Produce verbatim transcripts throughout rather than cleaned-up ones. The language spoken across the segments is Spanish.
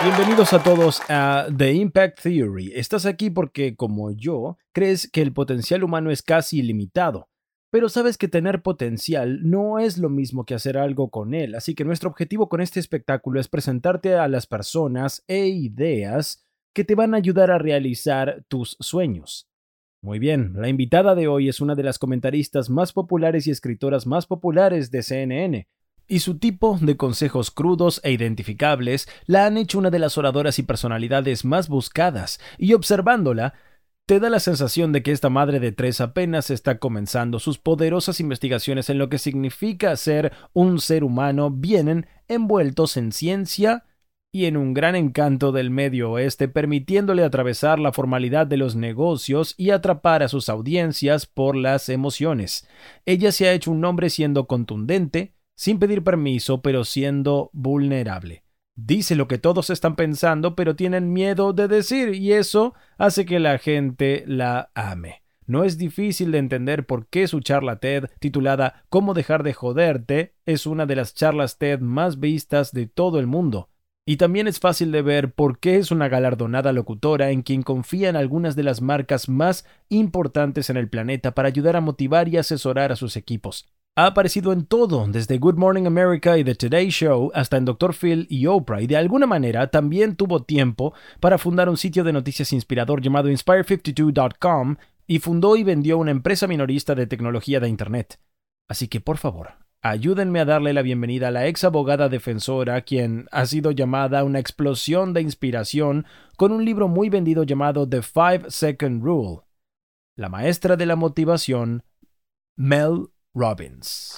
Bienvenidos a todos a The Impact Theory. Estás aquí porque, como yo, crees que el potencial humano es casi ilimitado. Pero sabes que tener potencial no es lo mismo que hacer algo con él, así que nuestro objetivo con este espectáculo es presentarte a las personas e ideas que te van a ayudar a realizar tus sueños. Muy bien, la invitada de hoy es una de las comentaristas más populares y escritoras más populares de C N N. Y su tipo de consejos crudos e identificables la han hecho una de las oradoras y personalidades más buscadas, y observándola, te da la sensación de que esta madre de tres apenas está comenzando sus poderosas investigaciones en lo que significa ser un ser humano bien envueltos en ciencia y en un gran encanto del Medio Oeste, permitiéndole atravesar la formalidad de los negocios y atrapar a sus audiencias por las emociones. Ella se ha hecho un nombre siendo contundente, sin pedir permiso, pero siendo vulnerable. Dice lo que todos están pensando, pero tienen miedo de decir, y eso hace que la gente la ame. No es difícil de entender por qué su charla TED, titulada ¿Cómo dejar de joderte?, es una de las charlas TED más vistas de todo el mundo. Y también es fácil de ver por qué es una galardonada locutora en quien confían algunas de las marcas más importantes en el planeta para ayudar a motivar y asesorar a sus equipos. Ha aparecido en todo, desde Good Morning America y The Today Show hasta en doctor Phil y Oprah, y de alguna manera también tuvo tiempo para fundar un sitio de noticias inspirador llamado Inspire cincuenta y dos punto com y fundó y vendió una empresa minorista de tecnología de Internet. Así que, por favor, ayúdenme a darle la bienvenida a la ex abogada defensora, quien ha sido llamada una explosión de inspiración con un libro muy vendido llamado The Five Second Rule. La maestra de la motivación, Mel Robbins.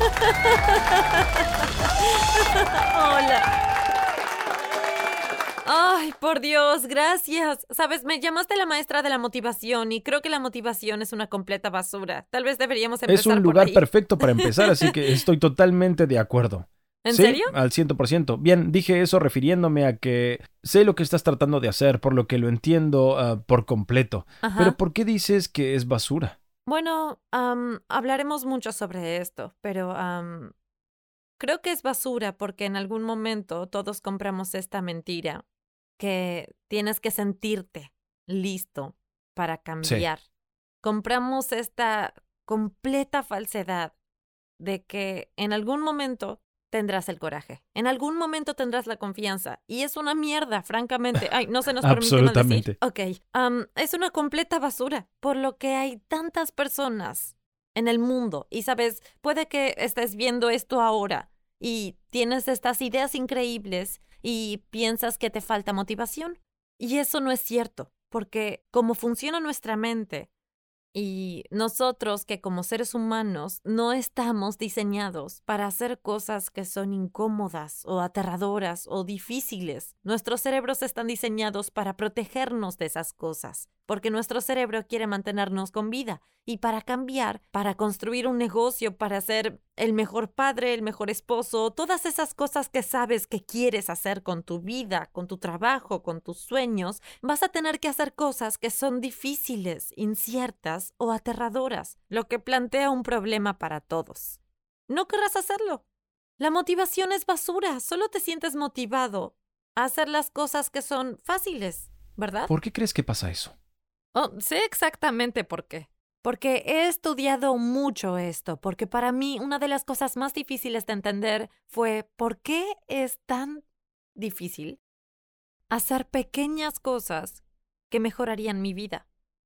Hola. Ay, por Dios, gracias. Sabes, me llamaste la maestra de la motivación y creo que la motivación es una completa basura. Tal vez deberíamos empezar Es un por lugar ahí. perfecto para empezar, así que estoy totalmente de acuerdo. ¿En Sí, serio? al cien por ciento. Bien, dije eso refiriéndome a que sé lo que estás tratando de hacer, por lo que lo entiendo uh, por completo. Ajá. Pero ¿por qué dices que es basura? Bueno, um, hablaremos mucho sobre esto, pero um, creo que es basura porque en algún momento todos compramos esta mentira que tienes que sentirte listo para cambiar. Sí. Compramos esta completa falsedad de que en algún momento tendrás el coraje, en algún momento tendrás la confianza, y es una mierda, francamente. Ay, no se nos permite maldecir. Ok, um, es una completa basura, por lo que hay tantas personas en el mundo, y sabes, puede que estés viendo esto ahora y tienes estas ideas increíbles y piensas que te falta motivación, y eso no es cierto, porque como funciona nuestra mente, y nosotros que como seres humanos no estamos diseñados para hacer cosas que son incómodas o aterradoras o difíciles. Nuestros cerebros están diseñados para protegernos de esas cosas, porque nuestro cerebro quiere mantenernos con vida y para cambiar, para construir un negocio, para ser el mejor padre, el mejor esposo, todas esas cosas que sabes que quieres hacer con tu vida, con tu trabajo, con tus sueños, vas a tener que hacer cosas que son difíciles, inciertas o aterradoras, lo que plantea un problema para todos. No querrás hacerlo. La motivación es basura, solo te sientes motivado a hacer las cosas que son fáciles, ¿verdad? ¿Por qué crees que pasa eso? Oh, sé exactamente por qué. Porque he estudiado mucho esto, porque para mí una de las cosas más difíciles de entender fue por qué es tan difícil hacer pequeñas cosas que mejorarían mi vida.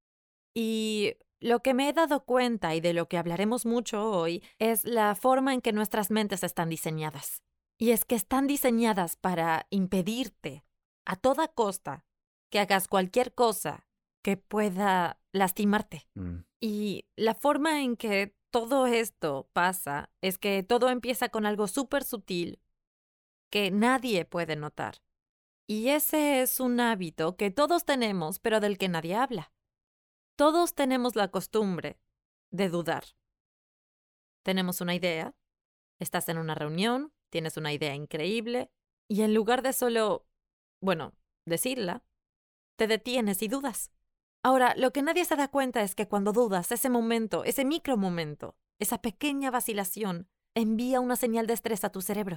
Y lo que me he dado cuenta y de lo que hablaremos mucho hoy es la forma en que nuestras mentes están diseñadas. Y es que están diseñadas para impedirte a toda costa que hagas cualquier cosa que pueda lastimarte. Mm. Y la forma en que todo esto pasa es que todo empieza con algo súper sutil que nadie puede notar. Y ese es un hábito que todos tenemos, pero del que nadie habla. Todos tenemos la costumbre de dudar. Tenemos una idea, estás en una reunión, tienes una idea increíble, y en lugar de solo, bueno, decirla, te detienes y dudas. Ahora, lo que nadie se da cuenta es que cuando dudas, ese momento, ese micro momento, esa pequeña vacilación, envía una señal de estrés a tu cerebro.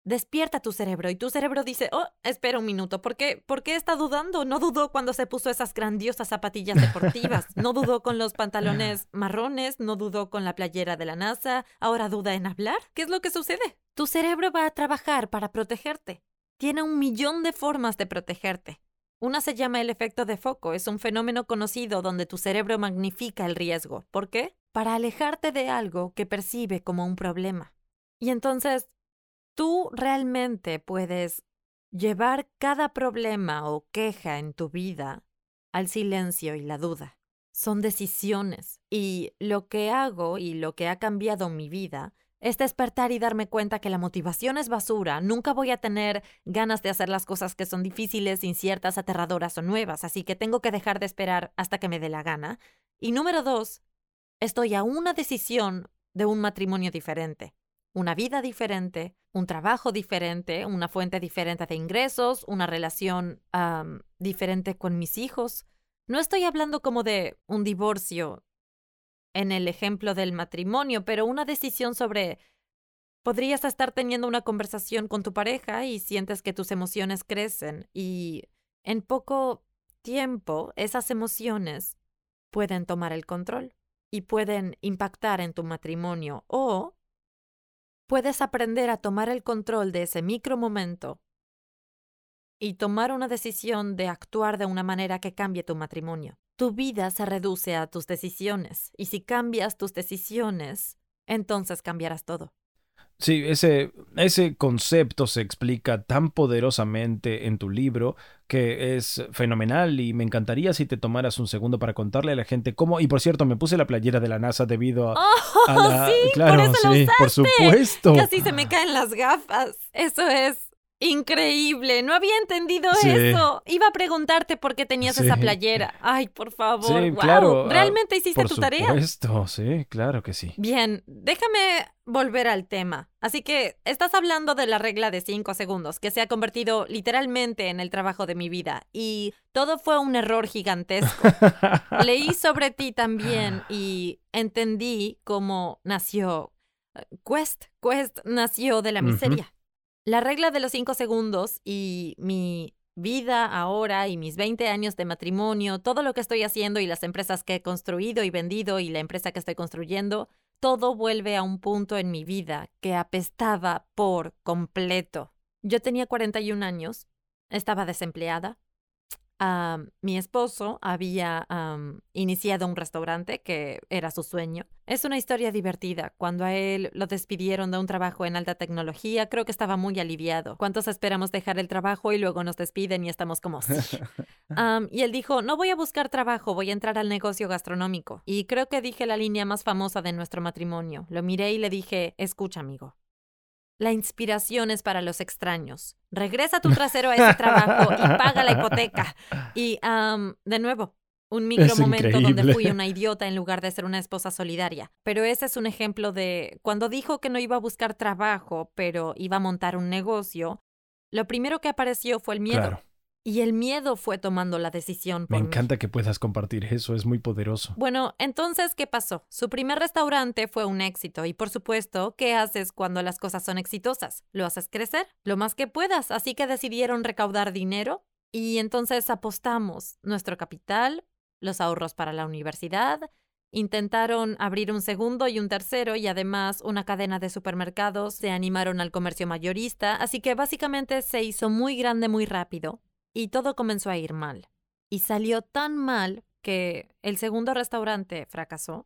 despierta tu cerebro y tu cerebro dice, oh, espera un minuto, ¿por qué, ¿por qué está dudando? No dudó cuando se puso esas grandiosas zapatillas deportivas, no dudó con los pantalones marrones, no dudó con la playera de la NASA, ahora duda en hablar. ¿Qué es lo que sucede? Tu cerebro va a trabajar para protegerte. Tiene un millón de formas de protegerte. Una se llama el efecto de foco. Es un fenómeno conocido donde tu cerebro magnifica el riesgo. ¿Por qué? Para alejarte de algo que percibe como un problema. Y entonces, tú realmente puedes llevar cada problema o queja en tu vida al silencio y la duda. Son decisiones. Y lo que hago y lo que ha cambiado mi vida es despertar y darme cuenta que la motivación es basura. Nunca voy a tener ganas de hacer las cosas que son difíciles, inciertas, aterradoras o nuevas, así que tengo que dejar de esperar hasta que me dé la gana. Y número dos, estoy a una decisión de un matrimonio diferente, una vida diferente, un trabajo diferente, una fuente diferente de ingresos, una relación um, diferente con mis hijos. No estoy hablando como de un divorcio en el ejemplo del matrimonio, pero una decisión sobre, podrías estar teniendo una conversación con tu pareja y sientes que tus emociones crecen y en poco tiempo esas emociones pueden tomar el control y pueden impactar en tu matrimonio, o puedes aprender a tomar el control de ese micro momento y tomar una decisión de actuar de una manera que cambie tu matrimonio. Tu vida se reduce a tus decisiones, y si cambias tus decisiones, entonces cambiarás todo. Sí, ese, ese concepto se explica tan poderosamente en tu libro que es fenomenal y me encantaría si te tomaras un segundo para contarle a la gente cómo... Y por cierto, me puse la playera de la NASA debido a, ¡Oh, a la... sí! Claro, ¡Por eso la sí, usaste! por supuesto. Casi se me caen las gafas. Eso es increíble. No había entendido Sí. eso. Iba a preguntarte por qué tenías Sí. esa playera. Ay, por favor. Sí, Wow. claro. ¿Realmente ah, hiciste por tu tarea? Por supuesto, sí, claro que sí. Bien, déjame volver al tema. Así que estás hablando de la regla de cinco segundos, que se ha convertido literalmente en el trabajo de mi vida. Y todo fue un error gigantesco. Leí sobre ti también y entendí cómo nació Quest. Quest nació de la miseria. Uh-huh. La regla de los cinco segundos y mi vida ahora y mis veinte años de matrimonio, todo lo que estoy haciendo y las empresas que he construido y vendido y la empresa que estoy construyendo, todo vuelve a un punto en mi vida que apestaba por completo. Yo tenía cuarenta y un años, estaba desempleada. Um, mi esposo había um, iniciado un restaurante que era su sueño. Es una historia divertida. Cuando a él lo despidieron de un trabajo en alta tecnología, creo que estaba muy aliviado. ¿Cuántos esperamos dejar el trabajo y luego nos despiden y estamos como sí? Um, y él dijo, no voy a buscar trabajo, voy a entrar al negocio gastronómico. Y creo que dije la línea más famosa de nuestro matrimonio. Lo miré y le dije, escucha, amigo. La inspiración es para los extraños. Regresa tu trasero a ese trabajo y paga la hipoteca. Y, um, de nuevo, un micro momento donde fui una idiota en lugar de ser una esposa solidaria. Pero ese es un ejemplo de cuando dijo que no iba a buscar trabajo, pero iba a montar un negocio, lo primero que apareció fue el miedo. Claro. Y el miedo fue tomando la decisión por Me mí. encanta que puedas compartir eso, es muy poderoso. Bueno, entonces, ¿qué pasó? Su primer restaurante fue un éxito y, por supuesto, ¿qué haces cuando las cosas son exitosas? Lo haces crecer lo más que puedas, así que decidieron recaudar dinero y entonces apostamos nuestro capital, los ahorros para la universidad, intentaron abrir un segundo y un tercero y además una cadena de supermercados, se animaron al comercio mayorista, así que básicamente se hizo muy grande muy rápido. Y todo comenzó a ir mal. Y salió tan mal que el segundo restaurante fracasó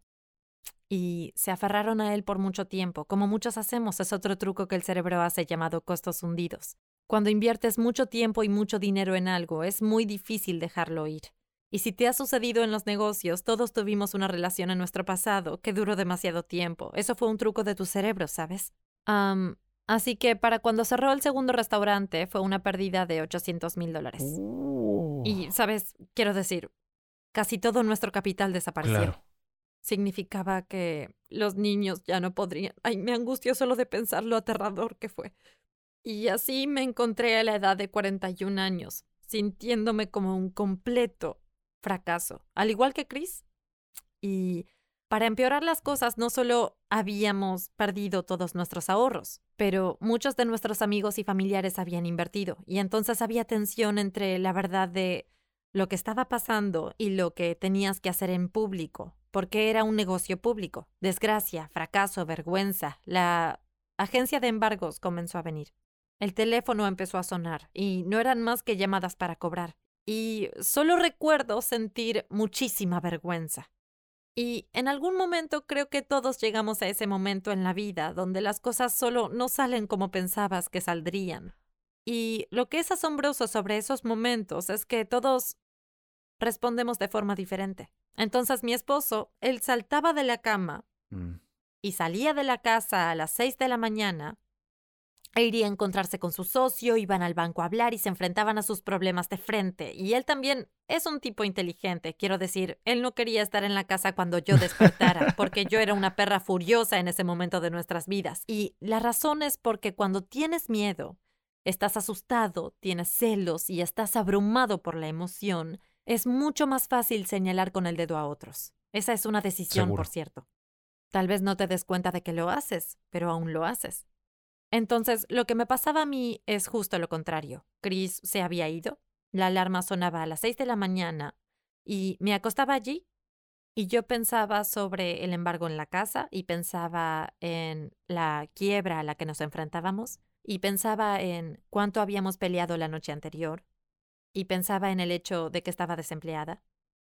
y se aferraron a él por mucho tiempo. Como muchos hacemos, es otro truco que el cerebro hace llamado costos hundidos. Cuando inviertes mucho tiempo y mucho dinero en algo, es muy difícil dejarlo ir. Y si te ha sucedido en los negocios, todos tuvimos una relación en nuestro pasado que duró demasiado tiempo. Eso fue un truco de tu cerebro, ¿sabes? Um, Así que para cuando cerró el segundo restaurante fue una pérdida de ochocientos mil dólares. Uh. Y, ¿sabes? Quiero decir, casi todo nuestro capital desapareció. Claro. Significaba que los niños ya no podrían... Ay, me angustió solo de pensar lo aterrador que fue. Y así me encontré a la edad de cuarenta y un años, sintiéndome como un completo fracaso. Al igual que Chris. Y Para empeorar las cosas, no solo habíamos perdido todos nuestros ahorros, pero muchos de nuestros amigos y familiares habían invertido, y entonces había tensión entre la verdad de lo que estaba pasando y lo que tenías que hacer en público, porque era un negocio público. Desgracia, fracaso, vergüenza. La agencia de embargos comenzó a venir. El teléfono empezó a sonar, y no eran más que llamadas para cobrar. Y solo recuerdo sentir muchísima vergüenza. Y en algún momento creo que todos llegamos a ese momento en la vida donde las cosas solo no salen como pensabas que saldrían. Y lo que es asombroso sobre esos momentos es que todos respondemos de forma diferente. Entonces mi esposo, él saltaba de la cama Mm. y salía de la casa a las seis de la mañana e iría a encontrarse con su socio, iban al banco a hablar y se enfrentaban a sus problemas de frente. Y él también es un tipo inteligente, quiero decir, él no quería estar en la casa cuando yo despertara, porque yo era una perra furiosa en ese momento de nuestras vidas. Y la razón es porque cuando tienes miedo, estás asustado, tienes celos y estás abrumado por la emoción, es mucho más fácil señalar con el dedo a otros. Esa es una decisión, Seguro. por cierto. Tal vez no te des cuenta de que lo haces, pero aún lo haces. Entonces, lo que me pasaba a mí es justo lo contrario. Chris se había ido, la alarma sonaba a las seis de la mañana y me acostaba allí y yo pensaba sobre el embargo en la casa y pensaba en la quiebra a la que nos enfrentábamos y pensaba en cuánto habíamos peleado la noche anterior y pensaba en el hecho de que estaba desempleada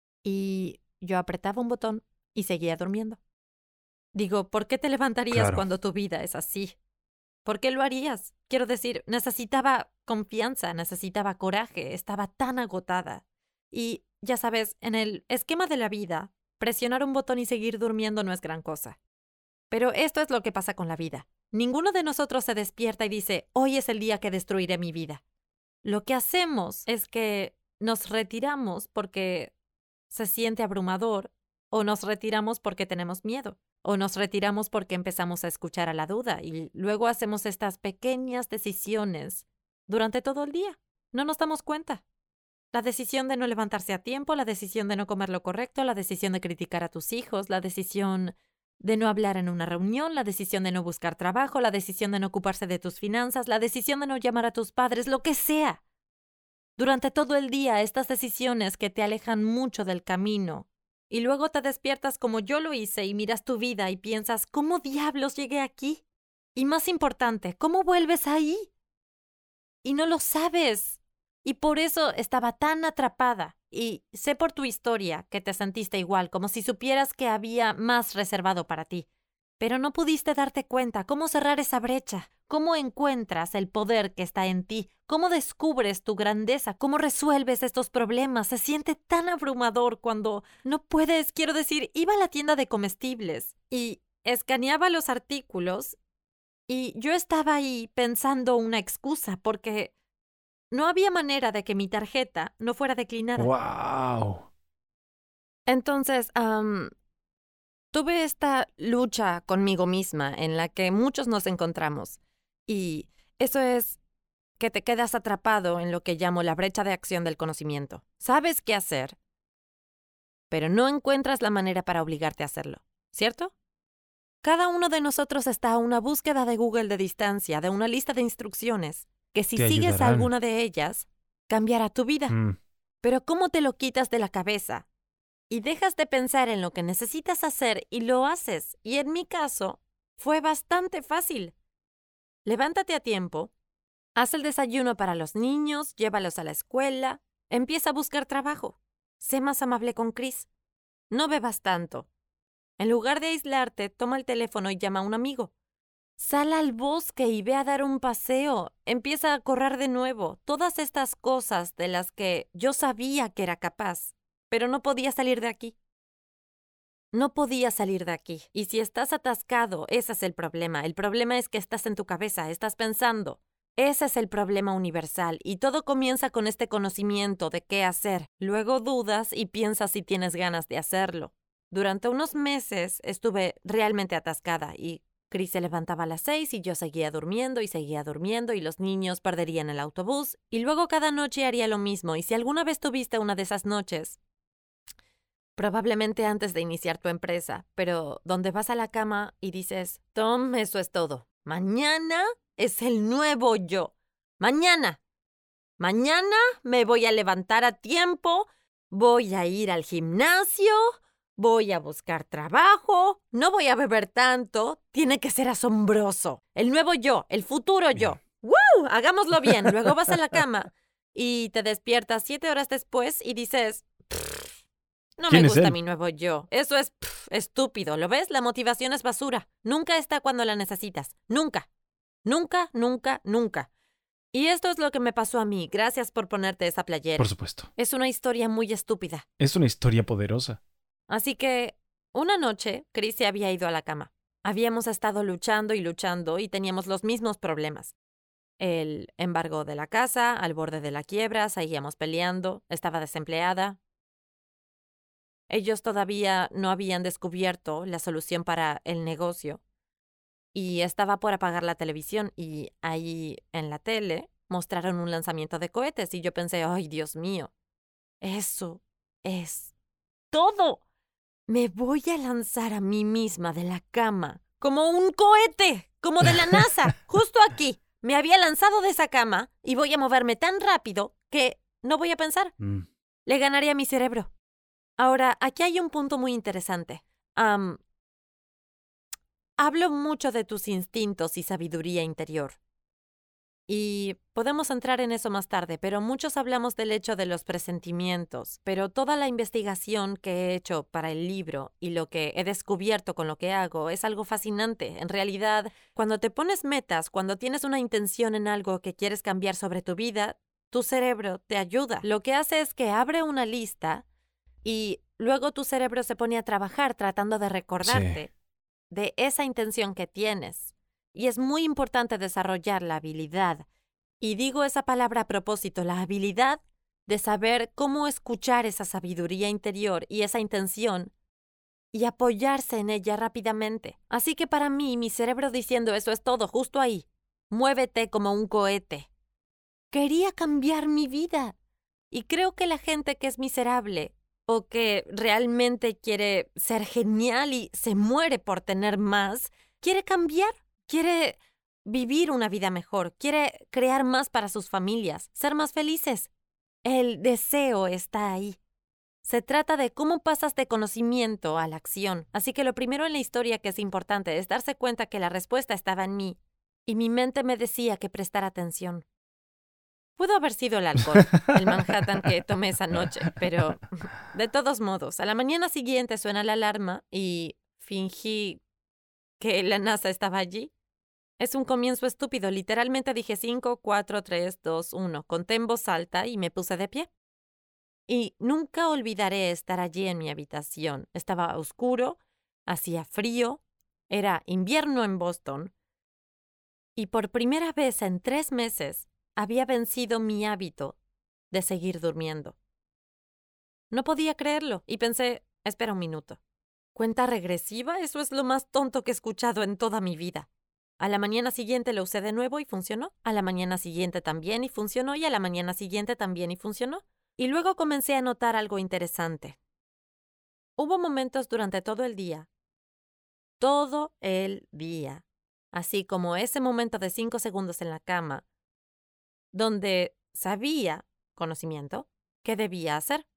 y yo apretaba un botón y seguía durmiendo. Digo, ¿por qué te levantarías Claro. cuando tu vida es así? ¿Por qué lo harías? Quiero decir, necesitaba confianza, necesitaba coraje, estaba tan agotada. Y, ya sabes, en el esquema de la vida, presionar un botón y seguir durmiendo no es gran cosa. Pero esto es lo que pasa con la vida. Ninguno de nosotros se despierta y dice, hoy es el día que destruiré mi vida. Lo que hacemos es que nos retiramos porque se siente abrumador, o nos retiramos porque tenemos miedo, o nos retiramos porque empezamos a escuchar a la duda y luego hacemos estas pequeñas decisiones durante todo el día. No nos damos cuenta. La decisión de no levantarse a tiempo, la decisión de no comer lo correcto, la decisión de criticar a tus hijos, la decisión de no hablar en una reunión, la decisión de no buscar trabajo, la decisión de no ocuparse de tus finanzas, la decisión de no llamar a tus padres, lo que sea. Durante todo el día, estas decisiones que te alejan mucho del camino. Y luego te despiertas como yo lo hice y miras tu vida y piensas, ¿cómo diablos llegué aquí? Y más importante, ¿cómo vuelves ahí? Y no lo sabes. Y por eso estaba tan atrapada. Y sé por tu historia que te sentiste igual, como si supieras que había más reservado para ti. Pero no pudiste darte cuenta cómo cerrar esa brecha, cómo encuentras el poder que está en ti, cómo descubres tu grandeza, cómo resuelves estos problemas. Se siente tan abrumador cuando no puedes, quiero decir, iba a la tienda de comestibles y escaneaba los artículos y yo estaba ahí pensando una excusa porque no había manera de que mi tarjeta no fuera declinada. ¡Wow! Entonces, um, tuve esta lucha conmigo misma en la que muchos nos encontramos. Y eso es que te quedas atrapado en lo que llamo la brecha de acción del conocimiento. Sabes qué hacer, pero no encuentras la manera para obligarte a hacerlo, ¿cierto? Cada uno de nosotros está a una búsqueda de Google de distancia, de una lista de instrucciones, que si Te sigues ayudarán. alguna de ellas, cambiará tu vida. Mm. Pero ¿cómo te lo quitas de la cabeza? Y dejas de pensar en lo que necesitas hacer y lo haces. Y en mi caso, fue bastante fácil. Levántate a tiempo, haz el desayuno para los niños, llévalos a la escuela, empieza a buscar trabajo. Sé más amable con Chris. No bebas tanto. En lugar de aislarte, toma el teléfono y llama a un amigo. Sal al bosque y ve a dar un paseo. Empieza a correr de nuevo. Todas estas cosas de las que yo sabía que era capaz, pero no podía salir de aquí. No podía salir de aquí. Y si estás atascado, ese es el problema. El problema es que estás en tu cabeza, estás pensando. Ese es el problema universal. Y todo comienza con este conocimiento de qué hacer. Luego dudas y piensas si tienes ganas de hacerlo. Durante unos meses estuve realmente atascada y Chris se levantaba a las seis y yo seguía durmiendo y seguía durmiendo y los niños perderían el autobús y luego cada noche haría lo mismo y si alguna vez tuviste una de esas noches, Probablemente antes de iniciar tu empresa, pero donde vas a la cama y dices, Tom, eso es todo. Mañana es el nuevo yo. Mañana. Mañana me voy a levantar a tiempo, voy a ir al gimnasio, voy a buscar trabajo, no voy a beber tanto, tiene que ser asombroso. El nuevo yo, el futuro yo. ¡Woo! Hagámoslo bien. Luego vas a la cama y te despiertas siete horas después y dices, no me gusta mi nuevo yo. Eso es pff, estúpido. ¿Lo ves? La motivación es basura. Nunca está cuando la necesitas. Nunca. Nunca, nunca, nunca. Y esto es lo que me pasó a mí. Gracias por ponerte esa playera. Por supuesto. Es una historia muy estúpida. Es una historia poderosa. Así que, una noche, Chris se había ido a la cama. Habíamos estado luchando y luchando y teníamos los mismos problemas. El embargo de la casa, al borde de la quiebra, seguíamos peleando, estaba desempleada. Ellos todavía no habían descubierto la solución para el negocio. Y estaba por apagar la televisión y ahí en la tele mostraron un lanzamiento de cohetes y yo pensé, ¡ay, Dios mío! Eso es todo. Me voy a lanzar a mí misma de la cama como un cohete, como de la NASA, justo aquí. Me había lanzado de esa cama y voy a moverme tan rápido que no voy a pensar. Mm. Le ganaré a mi cerebro. Ahora, aquí hay un punto muy interesante. Um, hablo mucho de tus instintos y sabiduría interior. Y podemos entrar en eso más tarde, pero muchos hablamos del hecho de los presentimientos. Pero toda la investigación que he hecho para el libro y lo que he descubierto con lo que hago es algo fascinante. En realidad, cuando te pones metas, cuando tienes una intención en algo que quieres cambiar sobre tu vida, tu cerebro te ayuda. Lo que hace es que abre una lista y luego tu cerebro se pone a trabajar tratando de recordarte Sí. de esa intención que tienes. Y es muy importante desarrollar la habilidad, y digo esa palabra a propósito, la habilidad de saber cómo escuchar esa sabiduría interior y esa intención y apoyarse en ella rápidamente. Así que para mí, mi cerebro diciendo eso es todo, justo ahí. Muévete como un cohete. Quería cambiar mi vida. Y creo que la gente que es miserable o que realmente quiere ser genial y se muere por tener más, quiere cambiar, quiere vivir una vida mejor, quiere crear más para sus familias, ser más felices. El deseo está ahí. Se trata de cómo pasas de conocimiento a la acción. Así que lo primero en la historia que es importante es darse cuenta que la respuesta estaba en mí y mi mente me decía que prestara atención. Pudo haber sido el alcohol, el Manhattan que tomé esa noche, pero de todos modos, a la mañana siguiente suena la alarma y fingí que la NASA estaba allí. Es un comienzo estúpido, literalmente dije cinco, cuatro, tres, dos, uno, conté en voz alta y me puse de pie. Y nunca olvidaré estar allí en mi habitación. Estaba oscuro, hacía frío, era invierno en Boston y por primera vez en tres meses había vencido mi hábito de seguir durmiendo. No podía creerlo y pensé, espera un minuto. ¿Cuenta regresiva? Eso es lo más tonto que he escuchado en toda mi vida. A la mañana siguiente lo usé de nuevo y funcionó. A la mañana siguiente también y funcionó. Y a la mañana siguiente también y funcionó. Y luego comencé a notar algo interesante. Hubo momentos durante todo el día, todo el día, así como ese momento de cinco segundos en la cama, donde sabía, conocimiento, qué debía hacer.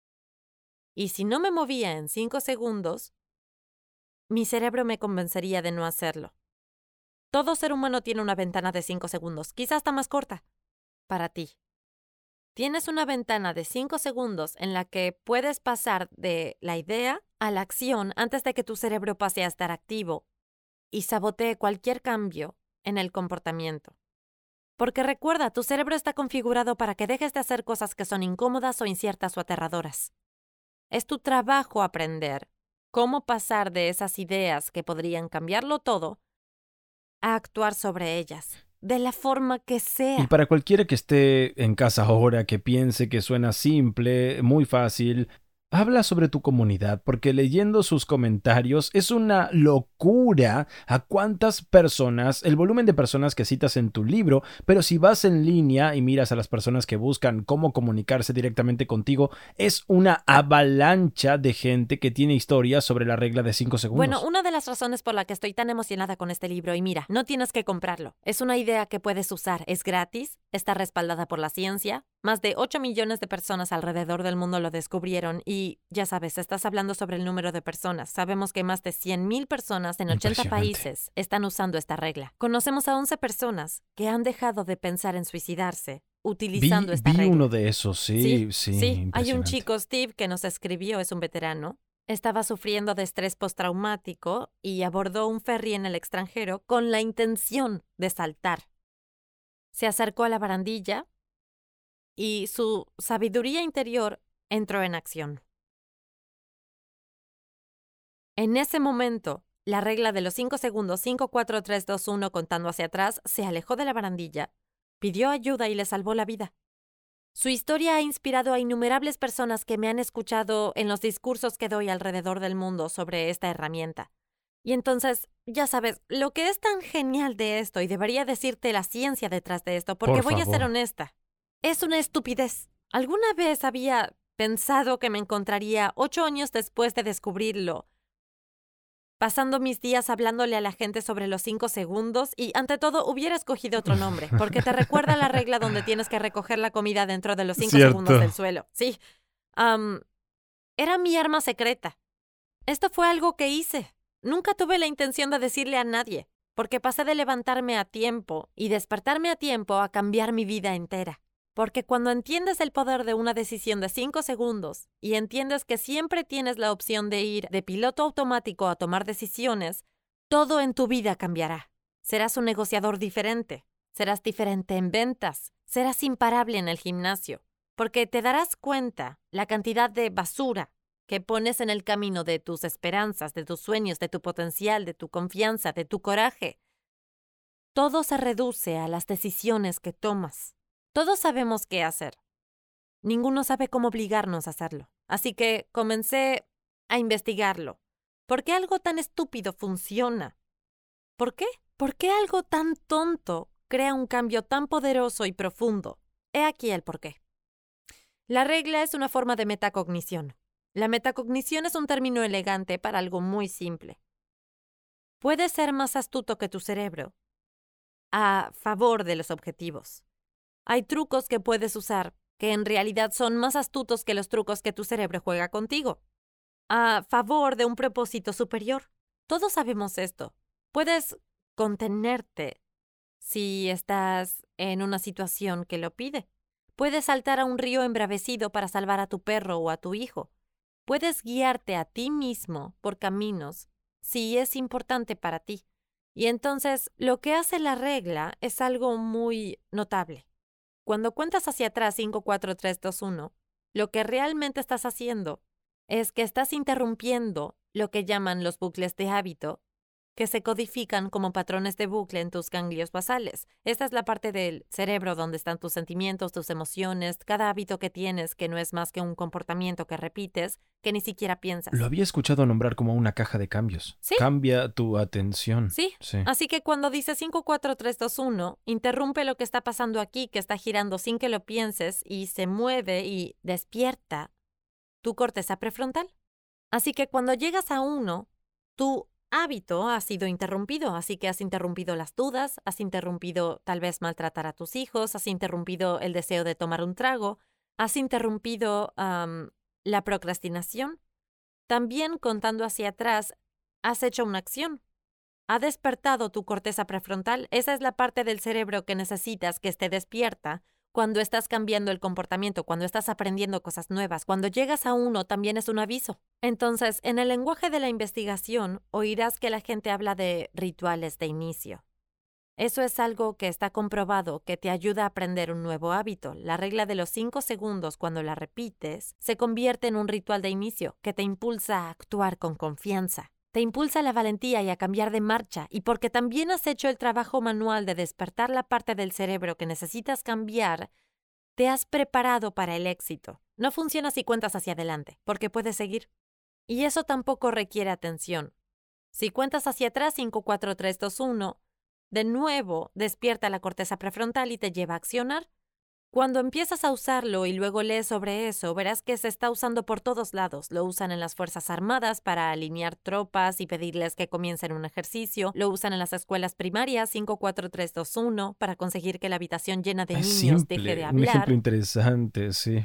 Y si no me movía en cinco segundos, mi cerebro me convencería de no hacerlo. Todo ser humano tiene una ventana de cinco segundos, quizás hasta más corta, para ti. Tienes una ventana de cinco segundos en la que puedes pasar de la idea a la acción antes de que tu cerebro pase a estar activo y sabotee cualquier cambio en el comportamiento. Porque recuerda, tu cerebro está configurado para que dejes de hacer cosas que son incómodas o inciertas o aterradoras. Es tu trabajo aprender cómo pasar de esas ideas que podrían cambiarlo todo a actuar sobre ellas, de la forma que sea. Y para cualquiera que esté en casa ahora, que piense que suena simple, muy fácil, Habla sobre tu comunidad, porque leyendo sus comentarios es una locura a cuántas personas, el volumen de personas que citas en tu libro, pero si vas en línea y miras a las personas que buscan cómo comunicarse directamente contigo, es una avalancha de gente que tiene historias sobre la regla de cinco Bueno, segundos. una de las razones por la que estoy tan emocionada con este libro, y mira, no tienes que comprarlo. Es una idea que puedes usar, es gratis, está respaldada por la ciencia. Más de ocho millones de personas alrededor del mundo lo descubrieron y, ya sabes, estás hablando sobre el número de personas. Sabemos que más de cien mil personas en ochenta Impresionante. países están usando esta regla. Conocemos a once personas que han dejado de pensar en suicidarse Vi, utilizando esta vi regla. uno de esos, sí, Sí, sí, sí. Hay un impresionante. chico, Steve, que nos escribió, es un veterano. Estaba sufriendo de estrés postraumático y abordó un ferry en el extranjero con la intención de saltar. Se acercó a la barandilla y su sabiduría interior entró en acción. En ese momento, la regla de los cinco segundos, cinco, cuatro, tres, dos, uno, contando hacia atrás, se alejó de la barandilla, pidió ayuda y le salvó la vida. Su historia ha inspirado a innumerables personas que me han escuchado en los discursos que doy alrededor del mundo sobre esta herramienta. Y entonces, ya sabes, lo que es tan genial de esto, y debería decirte la ciencia detrás de esto, porque Por voy a ser favor. honesta, es una estupidez. ¿Alguna vez había pensado que me encontraría ocho años después de descubrirlo, pasando mis días hablándole a la gente sobre los cinco segundos y, ante todo, hubiera escogido otro nombre, porque te recuerda la regla donde tienes que recoger la comida dentro de los cinco Cierto. segundos del suelo? Sí. Am, era mi arma secreta. Esto fue algo que hice. Nunca tuve la intención de decirle a nadie, porque pasé de levantarme a tiempo y despertarme a tiempo a cambiar mi vida entera. Porque cuando entiendes el poder de una decisión de cinco segundos y entiendes que siempre tienes la opción de ir de piloto automático a tomar decisiones, todo en tu vida cambiará. Serás un negociador diferente, serás diferente en ventas, serás imparable en el gimnasio, porque te darás cuenta la cantidad de basura que pones en el camino de tus esperanzas, de tus sueños, de tu potencial, de tu confianza, de tu coraje. Todo se reduce a las decisiones que tomas. Todos sabemos qué hacer. Ninguno sabe cómo obligarnos a hacerlo. Así que comencé a investigarlo. ¿Por qué algo tan estúpido funciona? ¿Por qué? ¿Por qué algo tan tonto crea un cambio tan poderoso y profundo? He aquí el porqué. La regla es una forma de metacognición. La metacognición es un término elegante para algo muy simple. Puedes ser más astuto que tu cerebro a favor de los objetivos. Hay trucos que puedes usar que en realidad son más astutos que los trucos que tu cerebro juega contigo, a favor de un propósito superior. Todos sabemos esto. Puedes contenerte si estás en una situación que lo pide. Puedes saltar a un río embravecido para salvar a tu perro o a tu hijo. Puedes guiarte a ti mismo por caminos si es importante para ti. Y entonces lo que hace la regla es algo muy notable. Cuando cuentas hacia atrás cinco, cuatro, tres, dos, uno, lo que realmente estás haciendo es que estás interrumpiendo lo que llaman los bucles de hábito, que se codifican como patrones de bucle en tus ganglios basales. Esta es la parte del cerebro donde están tus sentimientos, tus emociones, cada hábito que tienes, que no es más que un comportamiento que repites, que ni siquiera piensas. Lo había escuchado nombrar como una caja de cambios. Sí. Cambia tu atención. Sí. Sí. Así que cuando dices cinco, cuatro, tres, dos, uno, interrumpe lo que está pasando aquí, que está girando sin que lo pienses, y se mueve y despierta tu corteza prefrontal. Así que cuando llegas a uno, tu hábito ha sido interrumpido, así que has interrumpido las dudas, has interrumpido tal vez maltratar a tus hijos, has interrumpido el deseo de tomar un trago, has interrumpido um, la procrastinación. También, contando hacia atrás, has hecho una acción. Ha despertado tu corteza prefrontal. Esa es la parte del cerebro que necesitas que esté despierta cuando estás cambiando el comportamiento, cuando estás aprendiendo cosas nuevas. Cuando llegas a uno, también es un aviso. Entonces, en el lenguaje de la investigación, oirás que la gente habla de rituales de inicio. Eso es algo que está comprobado que te ayuda a aprender un nuevo hábito. La regla de los cinco segundos, cuando la repites, se convierte en un ritual de inicio que te impulsa a actuar con confianza. Te impulsa a la valentía y a cambiar de marcha, y porque también has hecho el trabajo manual de despertar la parte del cerebro que necesitas cambiar, te has preparado para el éxito. No funciona si cuentas hacia adelante, porque puedes seguir. Y eso tampoco requiere atención. Si cuentas hacia atrás cinco, cuatro, tres, dos, uno, de nuevo despierta la corteza prefrontal y te lleva a accionar. Cuando empiezas a usarlo y luego lees sobre eso, verás que se está usando por todos lados. Lo usan en las Fuerzas Armadas para alinear tropas y pedirles que comiencen un ejercicio. Lo usan en las escuelas primarias cinco, cuatro, tres, dos, uno para conseguir que la habitación llena de Es niños deje simple, de un ejemplo hablar, interesante, sí.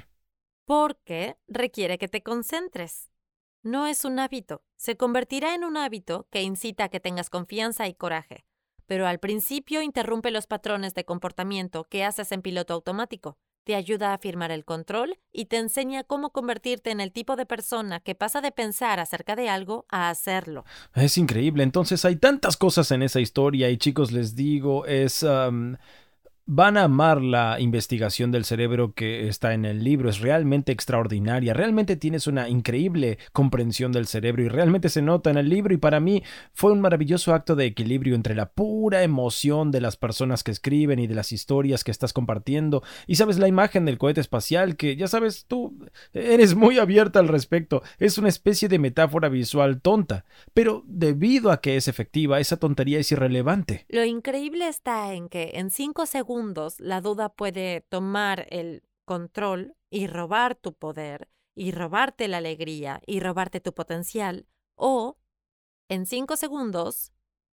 porque requiere que te concentres. No es un hábito. Se convertirá en un hábito que incita a que tengas confianza y coraje. Pero al principio interrumpe los patrones de comportamiento que haces en piloto automático. Te ayuda a afirmar el control y te enseña cómo convertirte en el tipo de persona que pasa de pensar acerca de algo a hacerlo. Es increíble. Entonces hay tantas cosas en esa historia y chicos, les digo, es... am, van a amar la investigación del cerebro que está en el libro. Es realmente extraordinaria. Realmente tienes una increíble comprensión del cerebro y realmente se nota en el libro. Y para mí fue un maravilloso acto de equilibrio entre la pura emoción de las personas que escriben y de las historias que estás compartiendo. Y sabes, la imagen del cohete espacial, que ya sabes, tú eres muy abierta al respecto. Es una especie de metáfora visual tonta. Pero debido a que es efectiva, esa tontería es irrelevante. Lo increíble está en que en cinco segundos la duda puede tomar el control y robar tu poder, y robarte la alegría, y robarte tu potencial, o en cinco segundos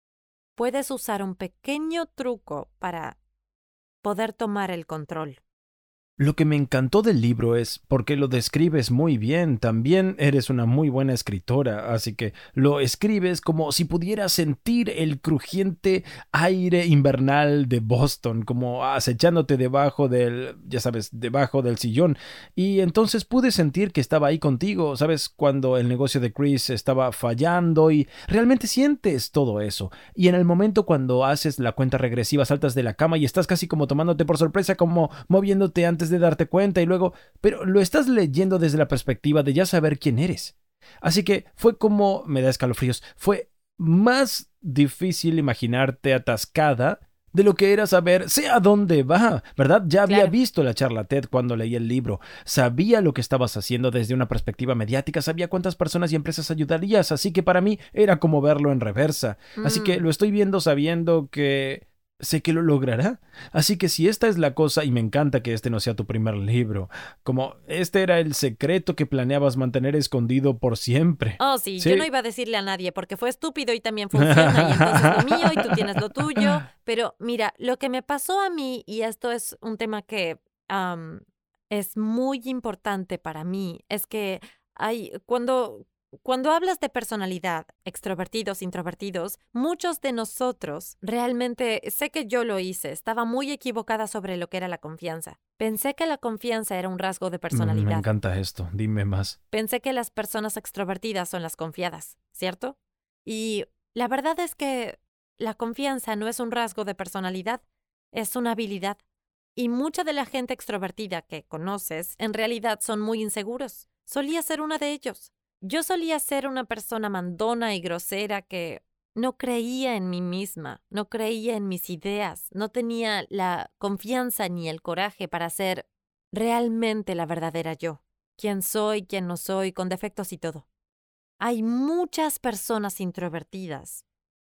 puedes usar un pequeño truco para poder tomar el control. Lo que me encantó del libro es porque lo describes muy bien. También eres una muy buena escritora, así que lo escribes como si pudieras sentir el crujiente aire invernal de Boston, como acechándote debajo del, ya sabes, debajo del sillón. Y entonces pude sentir que estaba ahí contigo, ¿sabes? Cuando el negocio de Chris estaba fallando y realmente sientes todo eso. Y en el momento cuando haces la cuenta regresiva, saltas de la cama y estás casi como tomándote por sorpresa, como moviéndote antes de darte cuenta y luego, pero lo estás leyendo desde la perspectiva de ya saber quién eres. Así que fue como, me da escalofríos, fue más difícil imaginarte atascada de lo que era saber sé a dónde va, ¿verdad? Ya había Claro. visto la charla TED cuando leí el libro, sabía lo que estabas haciendo desde una perspectiva mediática, sabía cuántas personas y empresas ayudarías, así que para mí era como verlo en reversa. Así que Mm. lo estoy viendo sabiendo que sé que lo logrará. Así que si esta es la cosa, y me encanta que este no sea tu primer libro, como este era el secreto que planeabas mantener escondido por siempre. Oh, sí, yo no Sí. iba a decirle a nadie porque fue estúpido y también funciona, y entonces lo mío y tú tienes lo tuyo. Pero mira, lo que me pasó a mí, y esto es un tema que am, es muy importante para mí, es que hay, cuando, cuando hablas de personalidad, extrovertidos, introvertidos, muchos de nosotros, realmente, sé que yo lo hice, estaba muy equivocada sobre lo que era la confianza. Pensé que la confianza era un rasgo de Me personalidad. encanta esto, dime más. Pensé que las personas extrovertidas son las confiadas, ¿cierto? Y la verdad es que la confianza no es un rasgo de personalidad, es una habilidad. Y mucha de la gente extrovertida que conoces en realidad son muy inseguros. Solía ser una de ellos. Yo solía ser una persona mandona y grosera que no creía en mí misma, no creía en mis ideas, no tenía la confianza ni el coraje para ser realmente la verdadera yo. Quién soy, quién no soy, con defectos y todo. Hay muchas personas introvertidas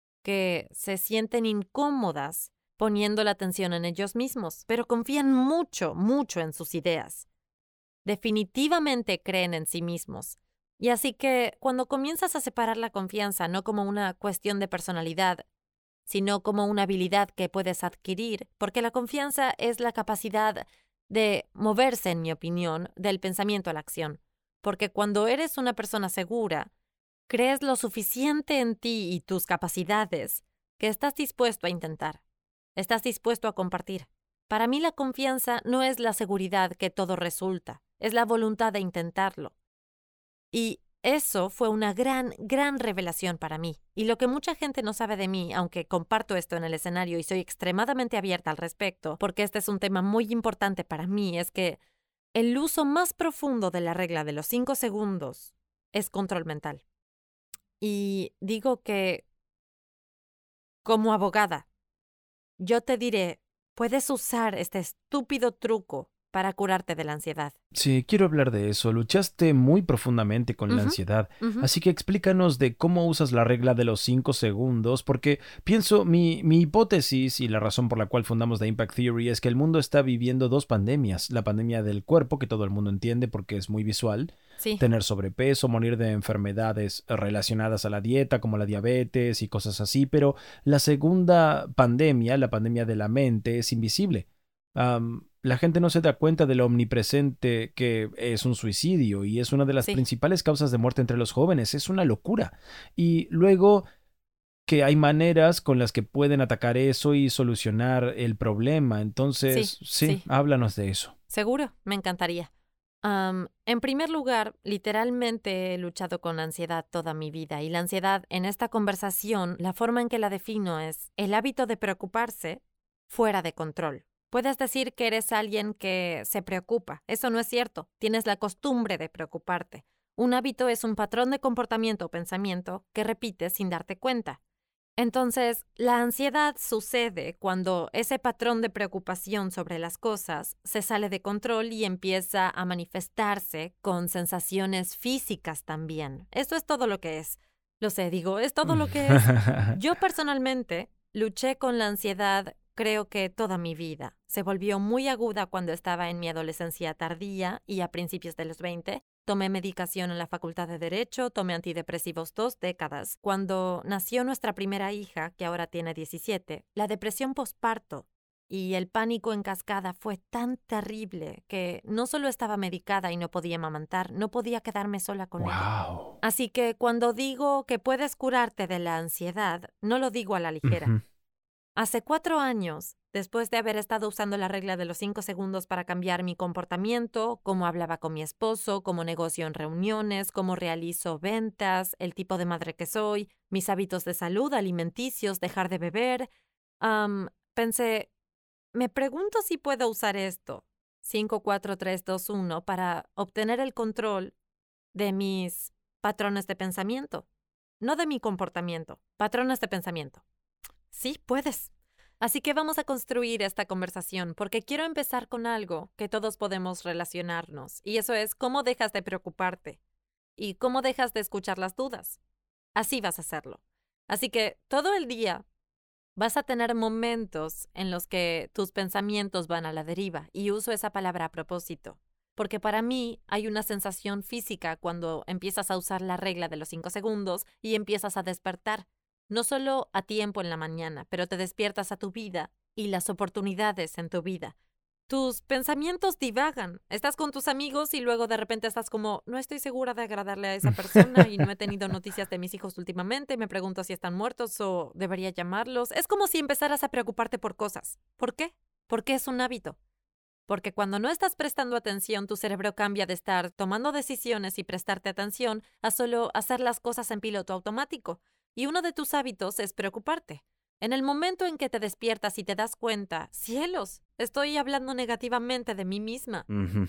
que se sienten incómodas poniendo la atención en ellos mismos, pero confían mucho, mucho en sus ideas. Definitivamente creen en sí mismos. Y así que cuando comienzas a separar la confianza no como una cuestión de personalidad, sino como una habilidad que puedes adquirir, porque la confianza es la capacidad de moverse, en mi opinión, del pensamiento a la acción. Porque cuando eres una persona segura, crees lo suficiente en ti y tus capacidades que estás dispuesto a intentar. Estás dispuesto a compartir. Para mí la confianza no es la seguridad que todo resulta, es la voluntad de intentarlo. Y eso fue una gran, gran revelación para mí. Y lo que mucha gente no sabe de mí, aunque comparto esto en el escenario y soy extremadamente abierta al respecto, porque este es un tema muy importante para mí, es que el uso más profundo de la regla de los cinco segundos es control mental. Y digo que, como abogada, yo te diré, puedes usar este estúpido truco para curarte de la ansiedad. Sí, quiero hablar de eso. Luchaste muy profundamente con la Ujú, ansiedad, ujú. así que explícanos de cómo usas la regla de los cinco segundos, porque pienso, mi, mi hipótesis y la razón por la cual fundamos The Impact Theory es que el mundo está viviendo dos pandemias. La pandemia del cuerpo, que todo el mundo entiende porque es muy visual, Sí, tener sobrepeso, morir de enfermedades relacionadas a la dieta, como la diabetes y cosas así, pero la segunda pandemia, la pandemia de la mente, es invisible. Am, la gente no se da cuenta de lo omnipresente que es un suicidio y es una de las sí, principales causas de muerte entre los jóvenes. Es una locura. Y luego que hay maneras con las que pueden atacar eso y solucionar el problema. sí, Entonces, sí, sí. háblanos de eso. Seguro, me encantaría. Am, en primer lugar, literalmente he luchado con la ansiedad toda mi vida y la ansiedad en esta conversación, la forma en que la defino es el hábito de preocuparse fuera de control. Puedes decir que eres alguien que se preocupa. Eso no es cierto. Tienes la costumbre de preocuparte. Un hábito es un patrón de comportamiento o pensamiento que repites sin darte cuenta. Entonces, la ansiedad sucede cuando ese patrón de preocupación sobre las cosas se sale de control y empieza a manifestarse con sensaciones físicas también. Eso es todo lo que es. Lo sé, digo, es todo lo que es. Yo personalmente luché con la ansiedad creo que toda mi vida. Se volvió muy aguda cuando estaba en mi adolescencia tardía y a principios de los veinte. Tomé medicación en la Facultad de Derecho, tomé antidepresivos dos décadas. Cuando nació nuestra primera hija, que ahora tiene diecisiete, la depresión posparto y el pánico en cascada fue tan terrible que no solo estaba medicada y no podía amamantar, no podía quedarme sola con ella. Wow. Así que cuando digo que puedes curarte de la ansiedad, no lo digo a la ligera. Ujú. Hace cuatro años, después de haber estado usando la regla de los cinco segundos para cambiar mi comportamiento, cómo hablaba con mi esposo, cómo negocio en reuniones, cómo realizo ventas, el tipo de madre que soy, mis hábitos de salud, alimenticios, dejar de beber, am, pensé, me pregunto si puedo usar esto, cinco, cuatro, tres, dos, uno, para obtener el control de mis patrones de pensamiento, no de mi comportamiento, patrones de pensamiento. Sí, puedes. Así que vamos a construir esta conversación porque quiero empezar con algo que todos podemos relacionarnos, y eso es cómo dejas de preocuparte y cómo dejas de escuchar las dudas. Así vas a hacerlo. Así que todo el día vas a tener momentos en los que tus pensamientos van a la deriva, y uso esa palabra a propósito, porque para mí hay una sensación física cuando empiezas a usar la regla de los cinco segundos y empiezas a despertar. No solo a tiempo en la mañana, pero te despiertas a tu vida y las oportunidades en tu vida. Tus pensamientos divagan. Estás con tus amigos y luego de repente estás como, no estoy segura de agradarle a esa persona y no he tenido noticias de mis hijos últimamente, me pregunto si están muertos o debería llamarlos. Es como si empezaras a preocuparte por cosas. ¿Por qué? Porque es un hábito. Porque cuando no estás prestando atención, tu cerebro cambia de estar tomando decisiones y prestarte atención a solo hacer las cosas en piloto automático. Y uno de tus hábitos es preocuparte. En el momento en que te despiertas y te das cuenta, cielos, estoy hablando negativamente de mí misma. Ujú.